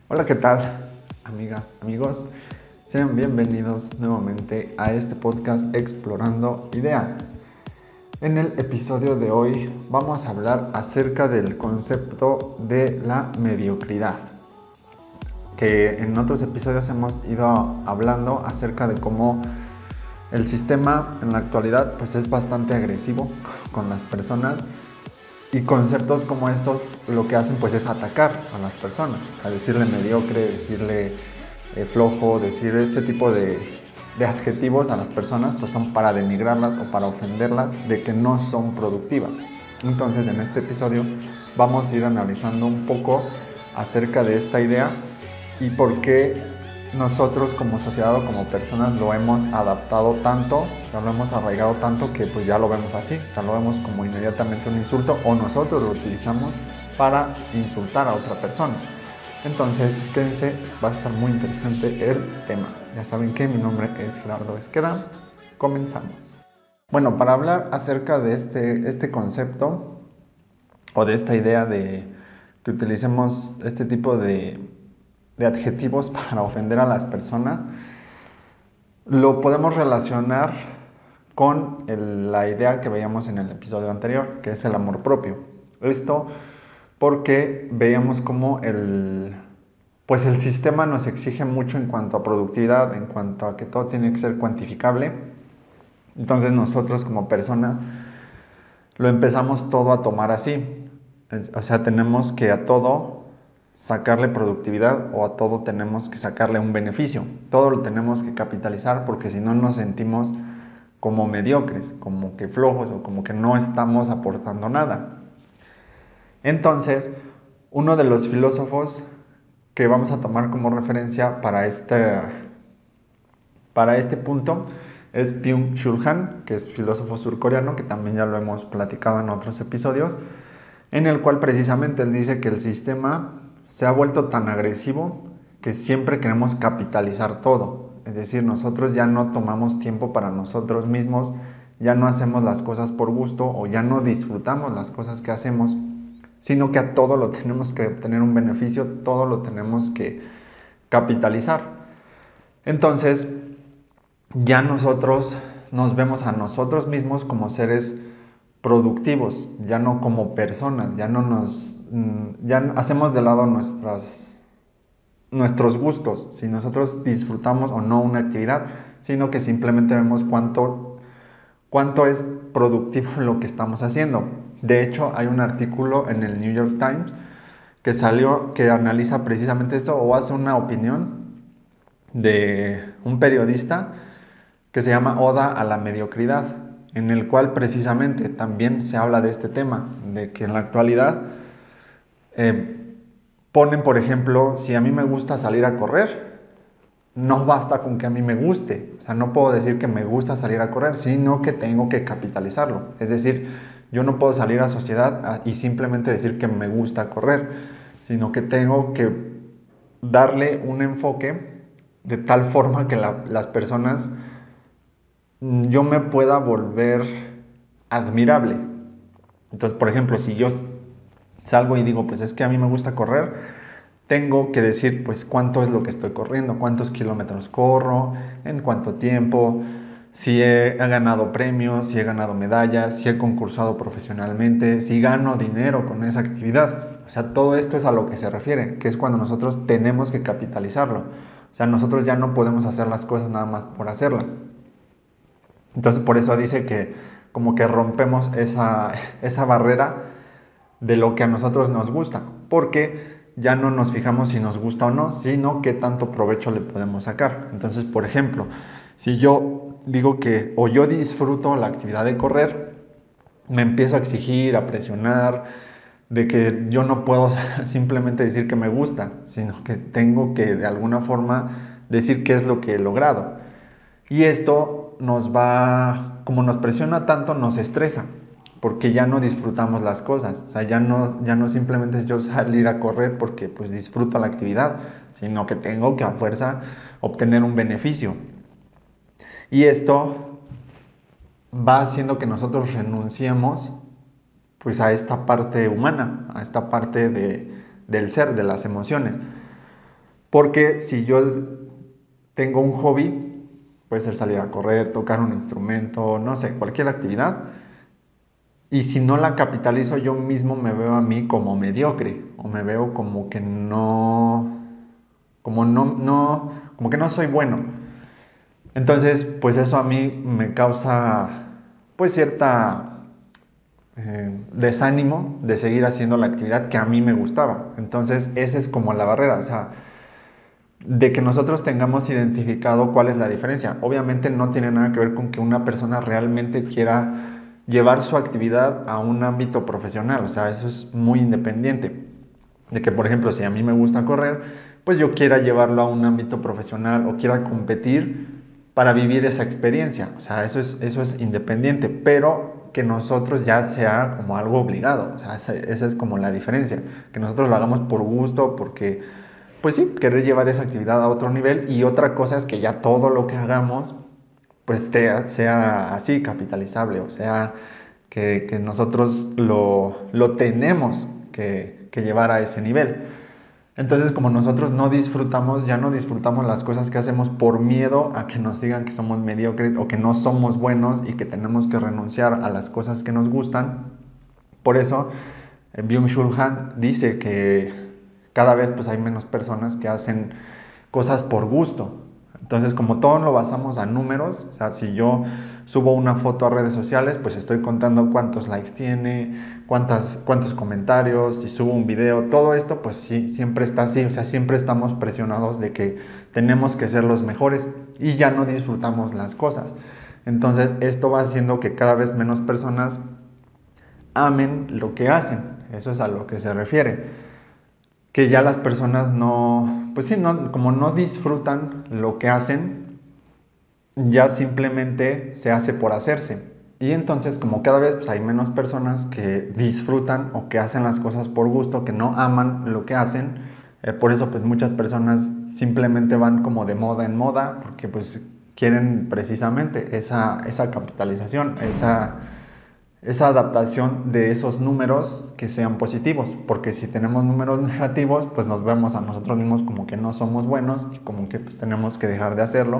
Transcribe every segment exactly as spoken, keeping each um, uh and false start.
Hola, ¿qué tal, amigas, amigos? Sean bienvenidos nuevamente a este podcast Explorando Ideas. En el episodio de hoy vamos a hablar acerca del concepto de la mediocridad, que en otros episodios hemos ido hablando acerca de cómo el sistema en la actualidad pues es bastante agresivo con las personas. Y conceptos como estos lo que hacen pues es atacar a las personas, a decirle mediocre, decirle eh, flojo, decir este tipo de, de adjetivos a las personas pues son para denigrarlas o para ofenderlas de que no son productivas. Entonces en este episodio vamos a ir analizando un poco acerca de esta idea y por qué nosotros como sociedad o como personas lo hemos adaptado tanto, ya lo hemos arraigado tanto que pues ya lo vemos así, ya lo vemos como inmediatamente un insulto o nosotros lo utilizamos para insultar a otra persona. Entonces, quédense, va a estar muy interesante el tema. Ya saben que mi nombre es Gerardo Esqueda. Comenzamos. Bueno, para hablar acerca de este, este concepto o de esta idea de que utilicemos este tipo de de adjetivos para ofender a las personas, lo podemos relacionar con el, la idea que veíamos en el episodio anterior, que es el amor propio. Esto porque veíamos cómo el, pues el sistema nos exige mucho en cuanto a productividad, en cuanto a que todo tiene que ser cuantificable. Entonces nosotros como personas lo empezamos todo a tomar así. O sea, tenemos que a todo sacarle productividad o a todo tenemos que sacarle un beneficio. Todo lo tenemos que capitalizar porque si no nos sentimos como mediocres, como que flojos o como que no estamos aportando nada. Entonces, uno de los filósofos que vamos a tomar como referencia para este, para este punto es Byung-Chul Han, que es filósofo surcoreano, que también ya lo hemos platicado en otros episodios, en el cual precisamente él dice que el sistema se ha vuelto tan agresivo que siempre queremos capitalizar todo. Es decir, nosotros ya no tomamos tiempo para nosotros mismos, ya no hacemos las cosas por gusto o ya no disfrutamos las cosas que hacemos, sino que a todo lo tenemos que obtener un beneficio, todo lo tenemos que capitalizar. Entonces, ya nosotros nos vemos a nosotros mismos como seres productivos, ya no como personas, ya no nos, ya hacemos de lado nuestras, nuestros gustos, si nosotros disfrutamos o no una actividad, sino que simplemente vemos cuánto, cuánto es productivo lo que estamos haciendo. De hecho, hay un artículo en el New York Times que salió, que analiza precisamente esto o hace una opinión de un periodista que se llama Oda a la mediocridad, en el cual precisamente también se habla de este tema, de que en la actualidad eh, ponen, por ejemplo, si a mí me gusta salir a correr, no basta con que a mí me guste, o sea, no puedo decir que me gusta salir a correr, sino que tengo que capitalizarlo, es decir, yo no puedo salir a sociedad y simplemente decir que me gusta correr, sino que tengo que darle un enfoque de tal forma que la, las personas yo me pueda volver admirable. Entonces, por ejemplo, si yo salgo y digo, pues es que a mí me gusta correr, tengo que decir, pues cuánto es lo que estoy corriendo, cuántos kilómetros corro, en cuánto tiempo, si he, he ganado premios, si he ganado medallas, si he concursado profesionalmente, si gano dinero con esa actividad. O sea, todo esto es a lo que se refiere, que es cuando nosotros tenemos que capitalizarlo. O sea, nosotros ya no podemos hacer las cosas nada más por hacerlas. Entonces por eso dice que como que rompemos esa, esa barrera de lo que a nosotros nos gusta, porque ya no nos fijamos si nos gusta o no, sino qué tanto provecho le podemos sacar. Entonces, por ejemplo, si yo digo que o yo disfruto la actividad de correr, me empiezo a exigir, a presionar, de que yo no puedo simplemente decir que me gusta, sino que tengo que de alguna forma decir qué es lo que he logrado. Y esto nos va, como nos presiona tanto, nos estresa, porque ya no disfrutamos las cosas. O sea, ya no, ya no simplemente es yo salir a correr porque pues disfruto la actividad, sino que tengo que a fuerza obtener un beneficio. Y esto va haciendo que nosotros renunciemos pues a esta parte humana, a esta parte de, del ser, de las emociones. Porque si yo tengo un hobby, puede ser salir a correr, tocar un instrumento, no sé, cualquier actividad, y si no la capitalizo, yo mismo me veo a mí como mediocre, o me veo como que no, como no, no, como que no soy bueno. Entonces, pues eso a mí me causa, pues cierta eh, desánimo de seguir haciendo la actividad que a mí me gustaba. Entonces, esa es como la barrera, o sea, de que nosotros tengamos identificado cuál es la diferencia. Obviamente no tiene nada que ver con que una persona realmente quiera llevar su actividad a un ámbito profesional, o sea, eso es muy independiente. De que, por ejemplo, si a mí me gusta correr, pues yo quiera llevarlo a un ámbito profesional o quiera competir para vivir esa experiencia. O sea, eso es, eso es independiente, pero que nosotros ya sea como algo obligado. O sea, esa, esa es como la diferencia. Que nosotros lo hagamos por gusto, porque pues sí, querer llevar esa actividad a otro nivel, y otra cosa es que ya todo lo que hagamos pues te, sea así capitalizable, o sea, que, que nosotros lo, lo tenemos que, que llevar a ese nivel. Entonces, como nosotros no disfrutamos, ya no disfrutamos las cosas que hacemos por miedo a que nos digan que somos mediocres o que no somos buenos y que tenemos que renunciar a las cosas que nos gustan. Por eso, eh, Byung-Chul Han dice que cada vez pues hay menos personas que hacen cosas por gusto. Entonces, como todo lo basamos a números, o sea, si yo subo una foto a redes sociales, pues estoy contando cuántos likes tiene, cuántas, cuántos comentarios, si subo un video, todo esto pues sí, siempre está así, o sea, siempre estamos presionados de que tenemos que ser los mejores y ya no disfrutamos las cosas. Entonces, esto va haciendo que cada vez menos personas amen lo que hacen, eso es a lo que se refiere, que ya las personas no, pues sí, no, como no disfrutan lo que hacen, ya simplemente se hace por hacerse. Y entonces como cada vez pues, hay menos personas que disfrutan o que hacen las cosas por gusto, que no aman lo que hacen, eh, por eso pues muchas personas simplemente van como de moda en moda, porque pues quieren precisamente esa, esa capitalización, esa esa adaptación de esos números que sean positivos, porque si tenemos números negativos, pues nos vemos a nosotros mismos como que no somos buenos y como que pues tenemos que dejar de hacerlo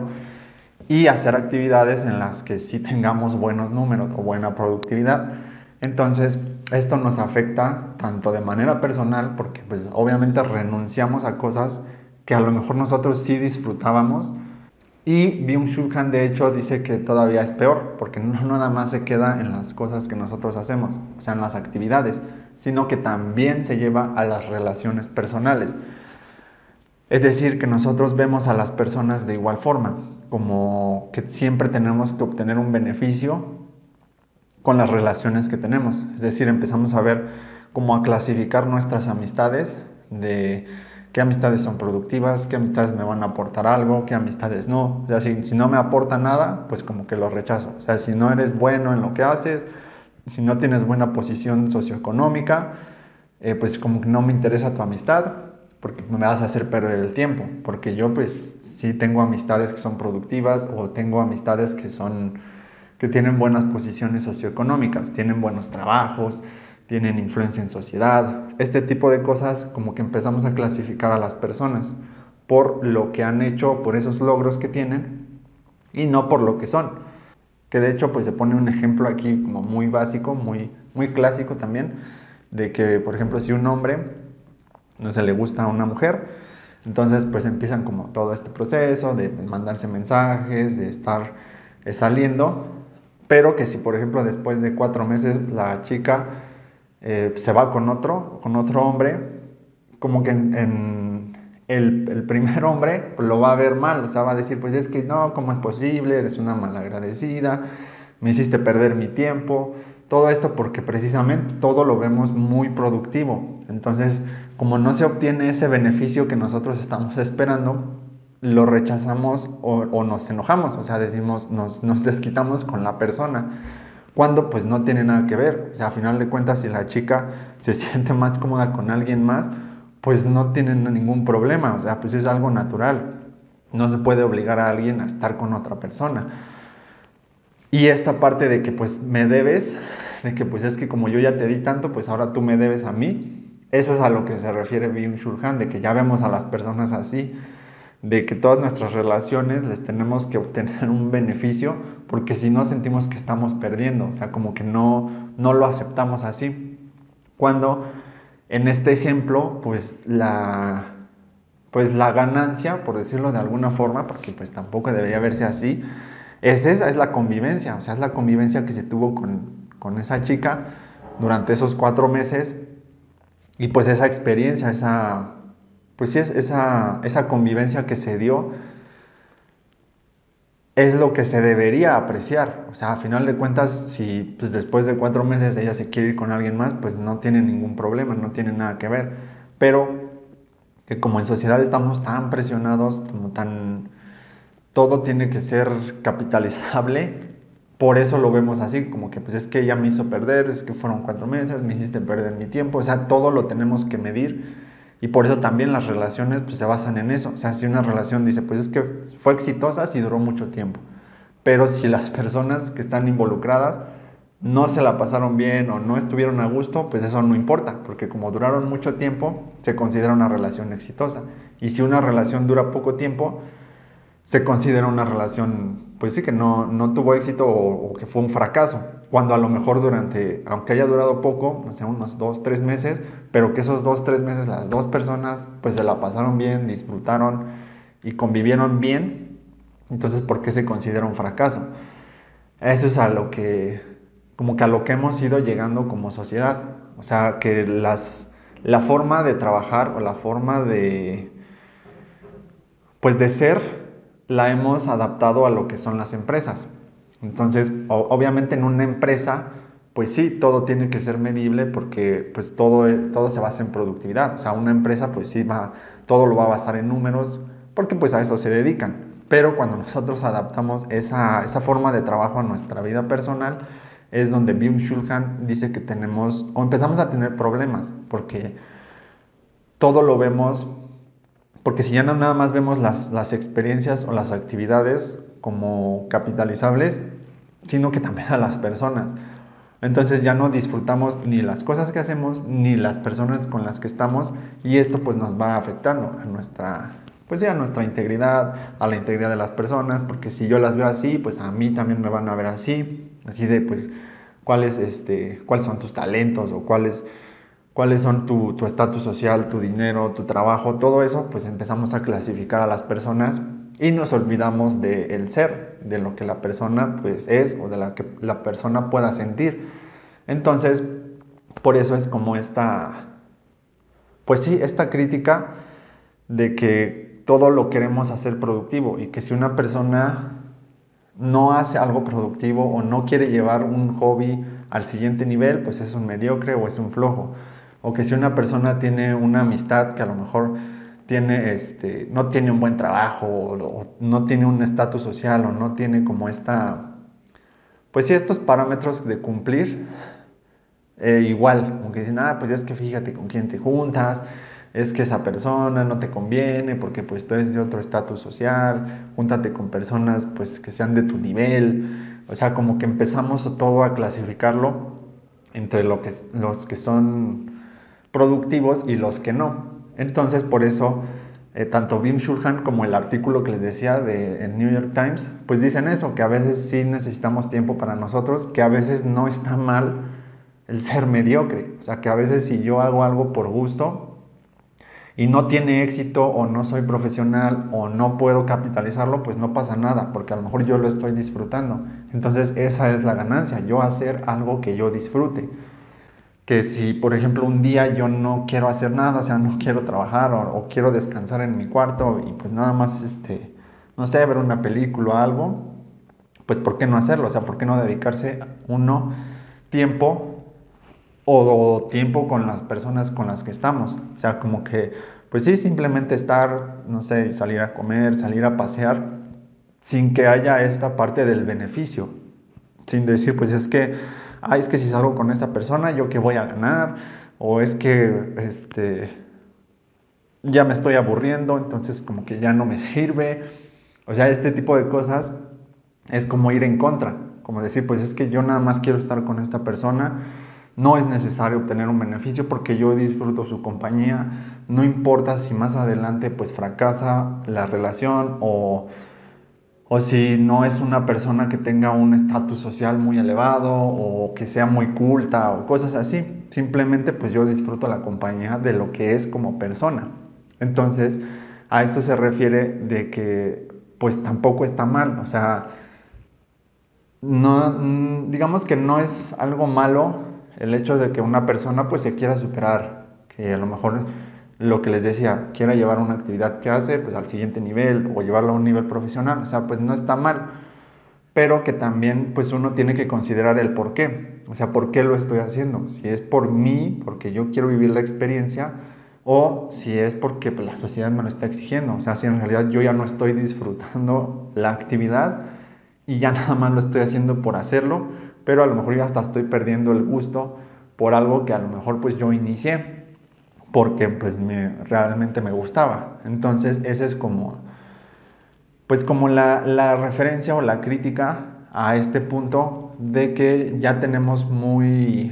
y hacer actividades en las que sí tengamos buenos números o buena productividad. Entonces, esto nos afecta tanto de manera personal, porque pues obviamente renunciamos a cosas que a lo mejor nosotros sí disfrutábamos, y Byung-Chul Han de hecho dice que todavía es peor, porque no nada más se queda en las cosas que nosotros hacemos, o sea, en las actividades, sino que también se lleva a las relaciones personales. Es decir, que nosotros vemos a las personas de igual forma, como que siempre tenemos que obtener un beneficio con las relaciones que tenemos. Es decir, empezamos a ver cómo a clasificar nuestras amistades, de qué amistades son productivas, qué amistades me van a aportar algo, qué amistades no. O sea, si, si no me aporta nada, pues como que lo rechazo. O sea, si no eres bueno en lo que haces, si no tienes buena posición socioeconómica, eh, pues como que no me interesa tu amistad, porque me vas a hacer perder el tiempo. Porque yo pues sí tengo amistades que son productivas, o tengo amistades que son que tienen buenas posiciones socioeconómicas, tienen buenos trabajos, tienen influencia en sociedad. Este tipo de cosas como que empezamos a clasificar a las personas por lo que han hecho, por esos logros que tienen y no por lo que son. Que de hecho pues se pone un ejemplo aquí como muy básico, muy, muy clásico también, de que por ejemplo si un hombre no se le gusta a una mujer, entonces pues empiezan como todo este proceso de mandarse mensajes, de estar eh, saliendo, pero que si por ejemplo después de cuatro meses la chica eh, se va con otro, con otro hombre, como que en, en el, el, primer hombre lo va a ver mal, o sea, va a decir, pues es que no, ¿cómo es posible? Eres una malagradecida, me hiciste perder mi tiempo, todo esto porque precisamente todo lo vemos muy productivo. Entonces, como no se obtiene ese beneficio que nosotros estamos esperando, lo rechazamos o, o nos enojamos, o sea, decimos, nos, nos desquitamos con la persona, cuando pues no tiene nada que ver. O sea, a final de cuentas, si la chica se siente más cómoda con alguien más, pues no tienen ningún problema, o sea, pues es algo natural. No se puede obligar a alguien a estar con otra persona. Y esta parte de que pues me debes, de que pues es que como yo ya te di tanto, pues ahora tú me debes a mí, eso es a lo que se refiere Byung-Chul Han, de que ya vemos a las personas así, de que todas nuestras relaciones les tenemos que obtener un beneficio, porque si no sentimos que estamos perdiendo, o sea, como que no, no lo aceptamos así. Cuando en este ejemplo, pues la, pues la ganancia, por decirlo de alguna forma, porque pues tampoco debería verse así, es esa, es la convivencia, o sea, es la convivencia que se tuvo con, con esa chica durante esos cuatro meses y pues esa experiencia, esa, pues sí, es esa, esa convivencia que se dio es lo que se debería apreciar. O sea, a final de cuentas, si pues, después de cuatro meses ella se quiere ir con alguien más, pues no tiene ningún problema, no tiene nada que ver. Pero que como en sociedad estamos tan presionados, como tan... Todo tiene que ser capitalizable, por eso lo vemos así, como que pues es que ella me hizo perder, es que fueron cuatro meses, me hiciste perder mi tiempo, o sea, todo lo tenemos que medir y por eso también las relaciones pues se basan en eso, o sea, si una relación dice pues es que fue exitosa si duró mucho tiempo, pero si las personas que están involucradas no se la pasaron bien o no estuvieron a gusto, pues eso no importa, porque como duraron mucho tiempo, se considera una relación exitosa. Y si una relación dura poco tiempo, se considera una relación, pues sí, que no, no tuvo éxito o, o, que fue un fracaso, cuando a lo mejor durante, aunque haya durado poco, no sé, unos dos, tres meses, pero que esos dos, tres meses las dos personas pues se la pasaron bien, disfrutaron y convivieron bien, entonces ¿por qué se considera un fracaso? Eso es a lo que, como que a lo que hemos ido llegando como sociedad, o sea, que las, la forma de trabajar o la forma de, pues de ser la hemos adaptado a lo que son las empresas. Entonces, obviamente en una empresa, pues sí, todo tiene que ser medible porque pues todo, todo se basa en productividad. O sea, una empresa pues sí, va, todo lo va a basar en números porque pues a eso se dedican. Pero cuando nosotros adaptamos esa, esa forma de trabajo a nuestra vida personal, es donde Byung-Chul Han dice que tenemos, o empezamos a tener problemas, porque todo lo vemos, porque si ya no nada más vemos las, las experiencias o las actividades como capitalizables, sino que también a las personas. Entonces ya no disfrutamos ni las cosas que hacemos ni las personas con las que estamos y esto pues nos va afectando a nuestra, pues ya a nuestra integridad, a la integridad de las personas, porque si yo las veo así, pues a mí también me van a ver así, así de pues cuáles este, cuáles son tus talentos o cuáles cuáles son tu estatus social, tu dinero, tu trabajo, todo eso, pues empezamos a clasificar a las personas y nos olvidamos del ser, de lo que la persona pues es o de la que la persona pueda sentir. Entonces, por eso es como esta, pues sí, esta crítica de que todo lo queremos hacer productivo y que si una persona no hace algo productivo o no quiere llevar un hobby al siguiente nivel, pues es un mediocre o es un flojo. O que si una persona tiene una amistad que a lo mejor tiene este, no tiene un buen trabajo o, o no tiene un estatus social o no tiene como esta, pues sí, estos parámetros de cumplir, eh, igual, como que dicen, ah, pues es que fíjate con quién te juntas, es que esa persona no te conviene porque pues tú eres de otro estatus social, júntate con personas pues que sean de tu nivel, o sea, como que empezamos todo a clasificarlo entre lo que, los que son productivos y los que no. Entonces, por eso, eh, tanto Byung-Chul Han como el artículo que les decía de en New York Times, pues dicen eso, que a veces sí necesitamos tiempo para nosotros, que a veces no está mal el ser mediocre, o sea, que a veces si yo hago algo por gusto y no tiene éxito o no soy profesional o no puedo capitalizarlo, pues no pasa nada, porque a lo mejor yo lo estoy disfrutando. Entonces esa es la ganancia, yo hacer algo que yo disfrute. Que si, por ejemplo, un día yo no quiero hacer nada, o sea, no quiero trabajar o, o quiero descansar en mi cuarto y pues nada más, este, no sé, ver una película o algo, pues ¿por qué no hacerlo? O sea, ¿por qué no dedicarse uno tiempo o, o tiempo con las personas con las que estamos? O sea, como que, pues sí, simplemente estar, no sé, salir a comer, salir a pasear, sin que haya esta parte del beneficio, sin decir, pues es que, ay, es que si salgo con esta persona, ¿yo qué voy a ganar? O es que, este, ya me estoy aburriendo, entonces como que ya no me sirve. O sea, este tipo de cosas es como ir en contra, como decir, pues es que yo nada más quiero estar con esta persona no es necesario obtener un beneficio porque yo disfruto su compañía, no importa si más adelante pues fracasa la relación o, o si no es una persona que tenga un estatus social muy elevado o que sea muy culta o cosas así. Simplemente pues yo disfruto la compañía de lo que es como persona. Entonces a eso se refiere de que pues tampoco está mal, o sea, no, digamos que no es algo malo el hecho de que una persona pues se quiera superar, que a lo mejor lo que les decía, quiera llevar una actividad que hace pues al siguiente nivel o llevarlo a un nivel profesional, o sea, pues no está mal, pero que también pues uno tiene que considerar el por qué, o sea, por qué lo estoy haciendo, si es por mí, porque yo quiero vivir la experiencia, o si es porque pues, la sociedad me lo está exigiendo, o sea, si en realidad yo ya no estoy disfrutando la actividad y ya nada más lo estoy haciendo por hacerlo, pero a lo mejor ya hasta estoy perdiendo el gusto por algo que a lo mejor pues yo inicié porque pues me, realmente me gustaba. Entonces ese es como pues como la, la referencia o la crítica a este punto de que ya tenemos muy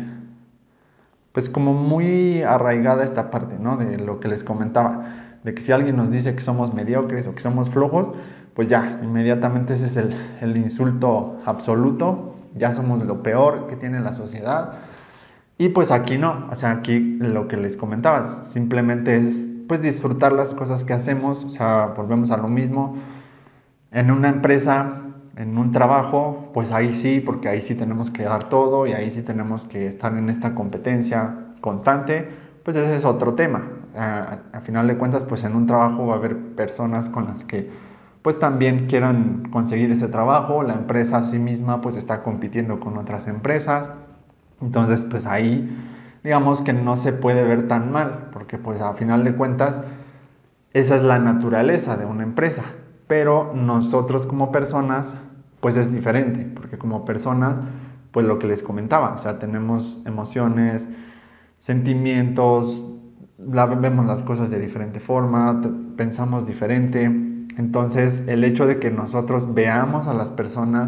pues como muy arraigada esta parte, ¿no? De lo que les comentaba, de que si alguien nos dice que somos mediocres o que somos flojos, pues ya, inmediatamente ese es el, el insulto absoluto, ya somos lo peor que tiene la sociedad. Y pues aquí no, o sea, aquí lo que les comentaba, simplemente es pues disfrutar las cosas que hacemos, o sea, volvemos a lo mismo, en una empresa, en un trabajo, pues ahí sí, porque ahí sí tenemos que dar todo y ahí sí tenemos que estar en esta competencia constante, pues ese es otro tema. A, a final de cuentas, pues en un trabajo va a haber personas con las que pues también quieran conseguir ese trabajo, la empresa a sí misma pues está compitiendo con otras empresas, entonces pues ahí digamos que no se puede ver tan mal, porque pues a final de cuentas esa es la naturaleza de una empresa, pero nosotros como personas, pues es diferente, porque como personas, pues lo que les comentaba, o sea, tenemos emociones, sentimientos, la, vemos las cosas de diferente forma, pensamos diferente, entonces el hecho de que nosotros veamos a las personas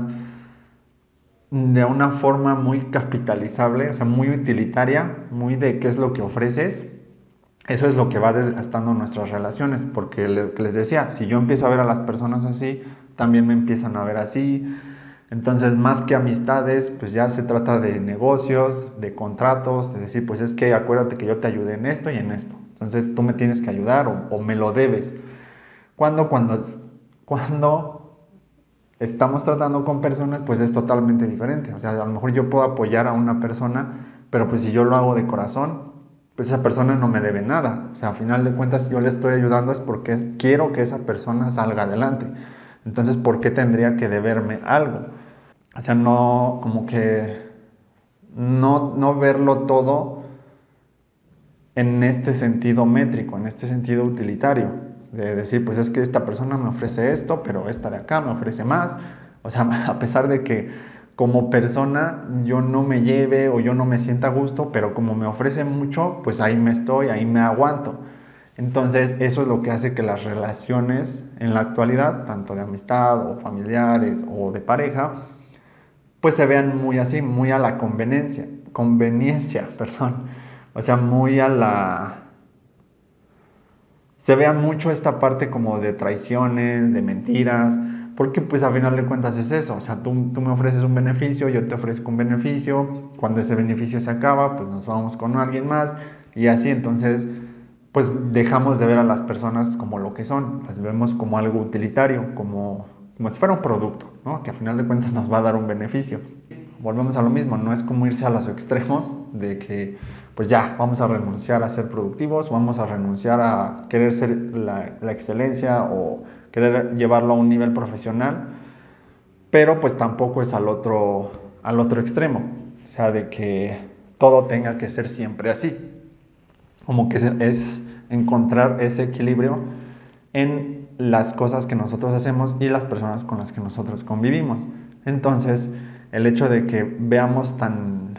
de una forma muy capitalizable, o sea, muy utilitaria, muy de qué es lo que ofreces, eso es lo que va desgastando nuestras relaciones, porque les decía, si yo empiezo a ver a las personas así, también me empiezan a ver así. Entonces, más que amistades, pues ya se trata de negocios, de contratos, de decir, pues es que acuérdate que yo te ayudé en esto y en esto. Entonces, tú me tienes que ayudar o, o me lo debes. Cuando, cuando, cuando estamos tratando con personas, pues es totalmente diferente. O sea, a lo mejor yo puedo apoyar a una persona, pero pues si yo lo hago de corazón, pues esa persona no me debe nada. O sea, a final de cuentas yo le estoy ayudando es porque quiero que esa persona salga adelante. Entonces, ¿por qué tendría que deberme algo? O sea, no, como que no, no verlo todo en este sentido métrico, en este sentido utilitario, de decir, pues es que esta persona me ofrece esto, pero esta de acá me ofrece más. O sea, a pesar de que como persona yo no me lleve o yo no me sienta a gusto, pero como me ofrece mucho, pues ahí me estoy, ahí me aguanto. Entonces, eso es lo que hace que las relaciones en la actualidad, tanto de amistad o familiares o de pareja, pues se vean muy así, muy a la conveniencia, conveniencia, perdón. O sea, muy a la... Se vea mucho esta parte como de traiciones, de mentiras, porque pues a final de cuentas es eso, o sea, tú, tú me ofreces un beneficio, yo te ofrezco un beneficio, cuando ese beneficio se acaba, pues nos vamos con alguien más y así, entonces pues dejamos de ver a las personas como lo que son, las vemos como algo utilitario, como, como si fuera un producto, ¿no? Que a final de cuentas nos va a dar un beneficio. Volvemos a lo mismo, no es como irse a los extremos de que pues ya, vamos a renunciar a ser productivos, vamos a renunciar a querer ser la, la excelencia o querer llevarlo a un nivel profesional, pero pues tampoco es al otro, al otro extremo, o sea, de que todo tenga que ser siempre así, como que es encontrar ese equilibrio en las cosas que nosotros hacemos y las personas con las que nosotros convivimos. Entonces, el hecho de que veamos tan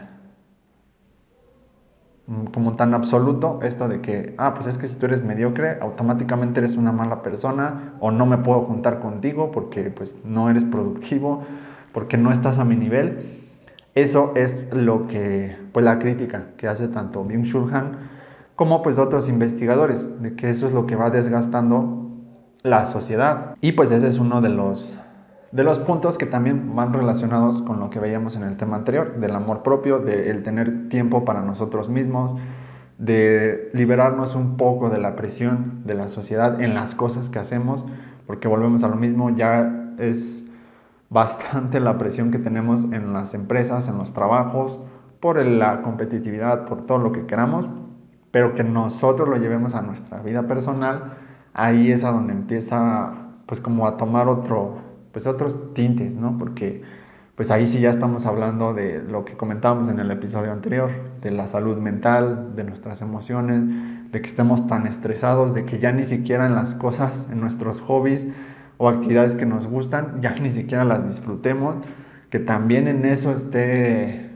como tan absoluto esto de que, ah, pues es que si tú eres mediocre, automáticamente eres una mala persona o no me puedo juntar contigo porque pues no eres productivo, porque no estás a mi nivel. Eso es lo que, pues la crítica que hace tanto Byung-Chul Han como pues otros investigadores, de que eso es lo que va desgastando la sociedad. Y pues ese es uno de los, de los puntos que también van relacionados con lo que veíamos en el tema anterior, del amor propio, del tener tiempo para nosotros mismos, de liberarnos un poco de la presión de la sociedad en las cosas que hacemos, porque volvemos a lo mismo, ya es bastante la presión que tenemos en las empresas, en los trabajos, por la competitividad, por todo lo que queramos, pero que nosotros lo llevemos a nuestra vida personal, ahí es a donde empieza pues como a tomar otro, pues otros tintes, ¿no? Porque pues ahí sí ya estamos hablando de lo que comentábamos en el episodio anterior, de la salud mental, de nuestras emociones, de que estemos tan estresados, de que ya ni siquiera en las cosas, en nuestros hobbies o actividades que nos gustan, ya ni siquiera las disfrutemos, que también en eso esté,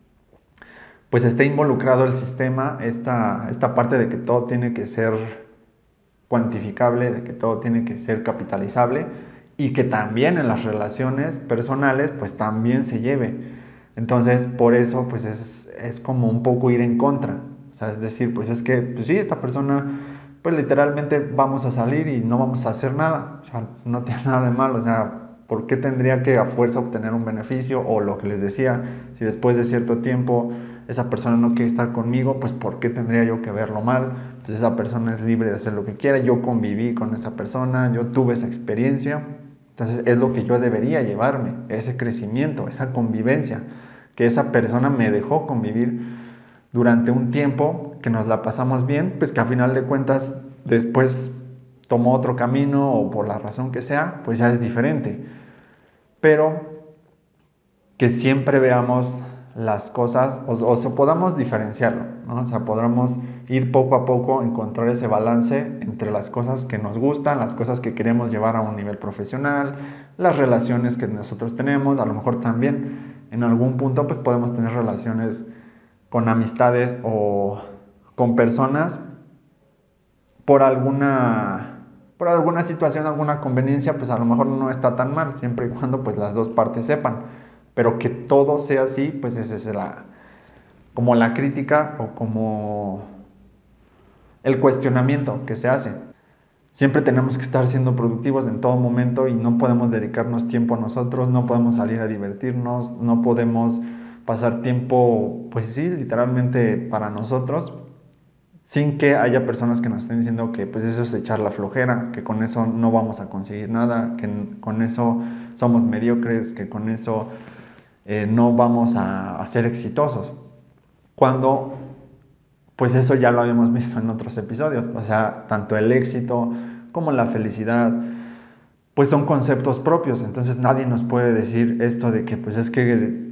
pues esté involucrado el sistema, esta, esta parte de que todo tiene que ser cuantificable, de que todo tiene que ser capitalizable y que también en las relaciones personales pues también se lleve. Entonces por eso pues es, es como un poco ir en contra, o sea, es decir, pues es que pues sí, esta persona pues literalmente vamos a salir y no vamos a hacer nada, o sea, no tiene nada de malo, o sea, ¿por qué tendría que a fuerza obtener un beneficio? O lo que les decía, si después de cierto tiempo esa persona no quiere estar conmigo, pues ¿por qué tendría yo que verlo mal? Pues esa persona es libre de hacer lo que quiera, yo conviví con esa persona, yo tuve esa experiencia, entonces es lo que yo debería llevarme, ese crecimiento, esa convivencia, que esa persona me dejó convivir durante un tiempo, que nos la pasamos bien, pues que a final de cuentas después tomó otro camino o por la razón que sea, pues ya es diferente. Pero que siempre veamos las cosas o, o se podamos diferenciarlo, ¿no? O sea, podamos ir poco a poco, encontrar ese balance entre las cosas que nos gustan, las cosas que queremos llevar a un nivel profesional, las relaciones que nosotros tenemos, a lo mejor también en algún punto pues podemos tener relaciones con amistades o con personas por alguna por alguna situación, alguna conveniencia, pues a lo mejor no está tan mal, siempre y cuando pues las dos partes sepan, pero que todo sea así, pues esa es la como la crítica o como el cuestionamiento que se hace. Siempre tenemos que estar siendo productivos en todo momento y no podemos dedicarnos tiempo a nosotros, no podemos salir a divertirnos, no podemos pasar tiempo, pues sí, literalmente para nosotros, sin que haya personas que nos estén diciendo que pues eso es echar la flojera, que con eso no vamos a conseguir nada, que con eso somos mediocres, que con eso eh, no vamos a, a ser exitosos. Cuando pues eso ya lo habíamos visto en otros episodios, o sea, tanto el éxito como la felicidad, pues son conceptos propios, entonces nadie nos puede decir esto de que pues es que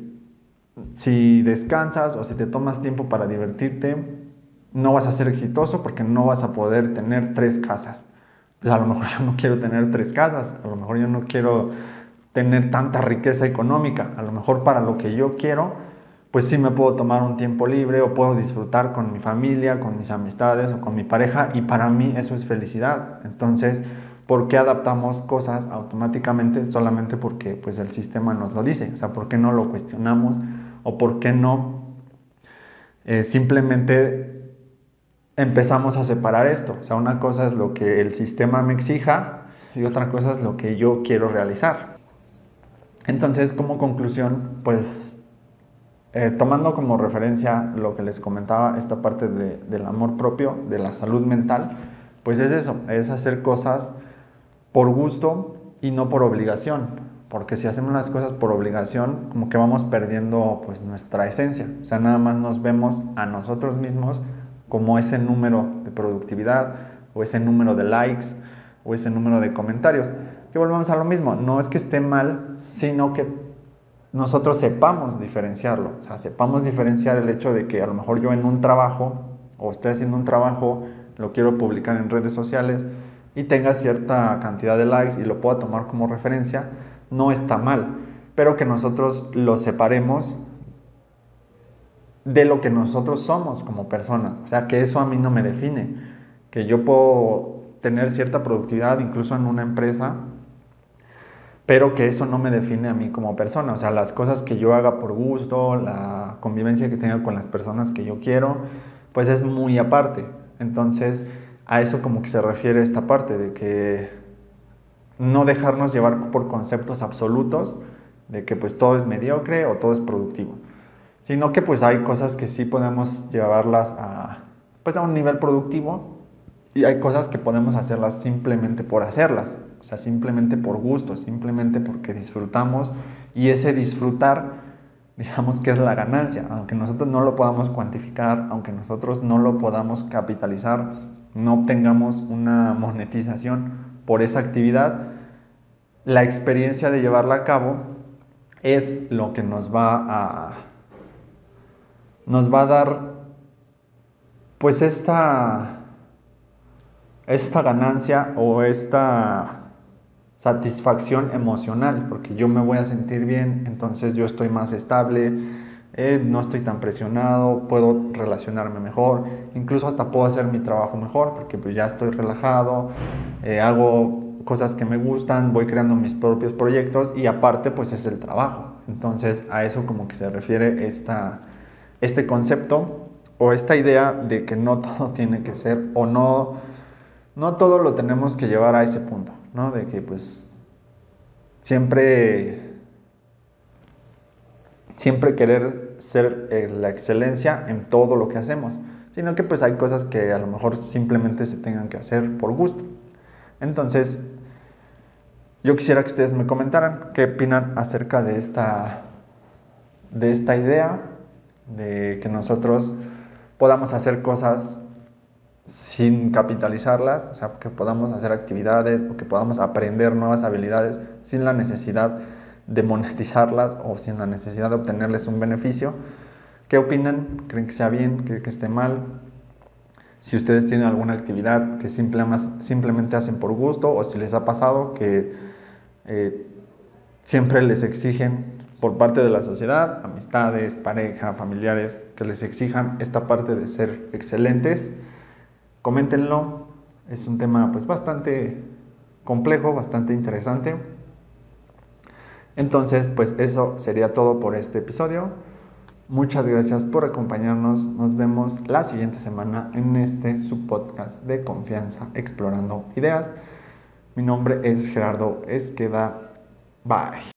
si descansas o si te tomas tiempo para divertirte, no vas a ser exitoso porque no vas a poder tener tres casas. Pues a lo mejor yo no quiero tener tres casas, a lo mejor yo no quiero tener tanta riqueza económica, a lo mejor para lo que yo quiero, pues sí me puedo tomar un tiempo libre o puedo disfrutar con mi familia, con mis amistades o con mi pareja y para mí eso es felicidad. Entonces, ¿por qué adaptamos cosas automáticamente solamente porque pues el sistema nos lo dice? O sea, ¿por qué no lo cuestionamos o por qué no eh, simplemente empezamos a separar esto? O sea, una cosa es lo que el sistema me exija y otra cosa es lo que yo quiero realizar. Entonces, como conclusión, pues eh, tomando como referencia lo que les comentaba, esta parte de, del amor propio, de la salud mental, pues es eso, es hacer cosas por gusto y no por obligación, porque si hacemos las cosas por obligación, como que vamos perdiendo pues nuestra esencia, o sea, nada más nos vemos a nosotros mismos como ese número de productividad o ese número de likes o ese número de comentarios, que volvemos a lo mismo, no es que esté mal, sino que nosotros sepamos diferenciarlo, o sea, sepamos diferenciar el hecho de que a lo mejor yo en un trabajo o estoy haciendo un trabajo, lo quiero publicar en redes sociales y tenga cierta cantidad de likes y lo pueda tomar como referencia, no está mal, pero que nosotros lo separemos de lo que nosotros somos como personas, o sea, que eso a mí no me define, que yo puedo tener cierta productividad incluso en una empresa, pero que eso no me define a mí como persona. O sea, las cosas que yo haga por gusto, la convivencia que tenga con las personas que yo quiero, pues es muy aparte. Entonces, a eso como que se refiere esta parte de que no dejarnos llevar por conceptos absolutos de que pues todo es mediocre o todo es productivo, sino que pues hay cosas que sí podemos llevarlas a, pues a un nivel productivo, y hay cosas que podemos hacerlas simplemente por hacerlas, o sea, simplemente por gusto, simplemente porque disfrutamos, y ese disfrutar, digamos que es la ganancia, aunque nosotros no lo podamos cuantificar, aunque nosotros no lo podamos capitalizar, no obtengamos una monetización por esa actividad, la experiencia de llevarla a cabo es lo que nos va a nos va a dar pues esta esta ganancia o esta satisfacción emocional, porque yo me voy a sentir bien, entonces yo estoy más estable, eh, no estoy tan presionado, puedo relacionarme mejor, incluso hasta puedo hacer mi trabajo mejor, porque pues ya estoy relajado, eh, hago cosas que me gustan, voy creando mis propios proyectos y aparte pues es el trabajo. Entonces a eso como que se refiere esta, este concepto o esta idea de que no todo tiene que ser o no, no todo lo tenemos que llevar a ese punto, ¿no? De que pues siempre, siempre querer ser eh, la excelencia en todo lo que hacemos, sino que pues hay cosas que a lo mejor simplemente se tengan que hacer por gusto. Entonces, yo quisiera que ustedes me comentaran qué opinan acerca de esta, de esta idea de que nosotros podamos hacer cosas sin capitalizarlas, o sea, que podamos hacer actividades o que podamos aprender nuevas habilidades sin la necesidad de monetizarlas o sin la necesidad de obtenerles un beneficio. ¿Qué opinan? ¿Creen que sea bien? ¿Creen que esté mal? Si ustedes tienen alguna actividad que simplemente hacen por gusto, o si les ha pasado que eh, siempre les exigen por parte de la sociedad, amistades, pareja, familiares, que les exijan esta parte de ser excelentes. Coméntenlo, es un tema pues bastante complejo, bastante interesante. Entonces, pues eso sería todo por este episodio. Muchas gracias por acompañarnos. Nos vemos la siguiente semana en este subpodcast de confianza explorando ideas. Mi nombre es Gerardo Esqueda. Bye.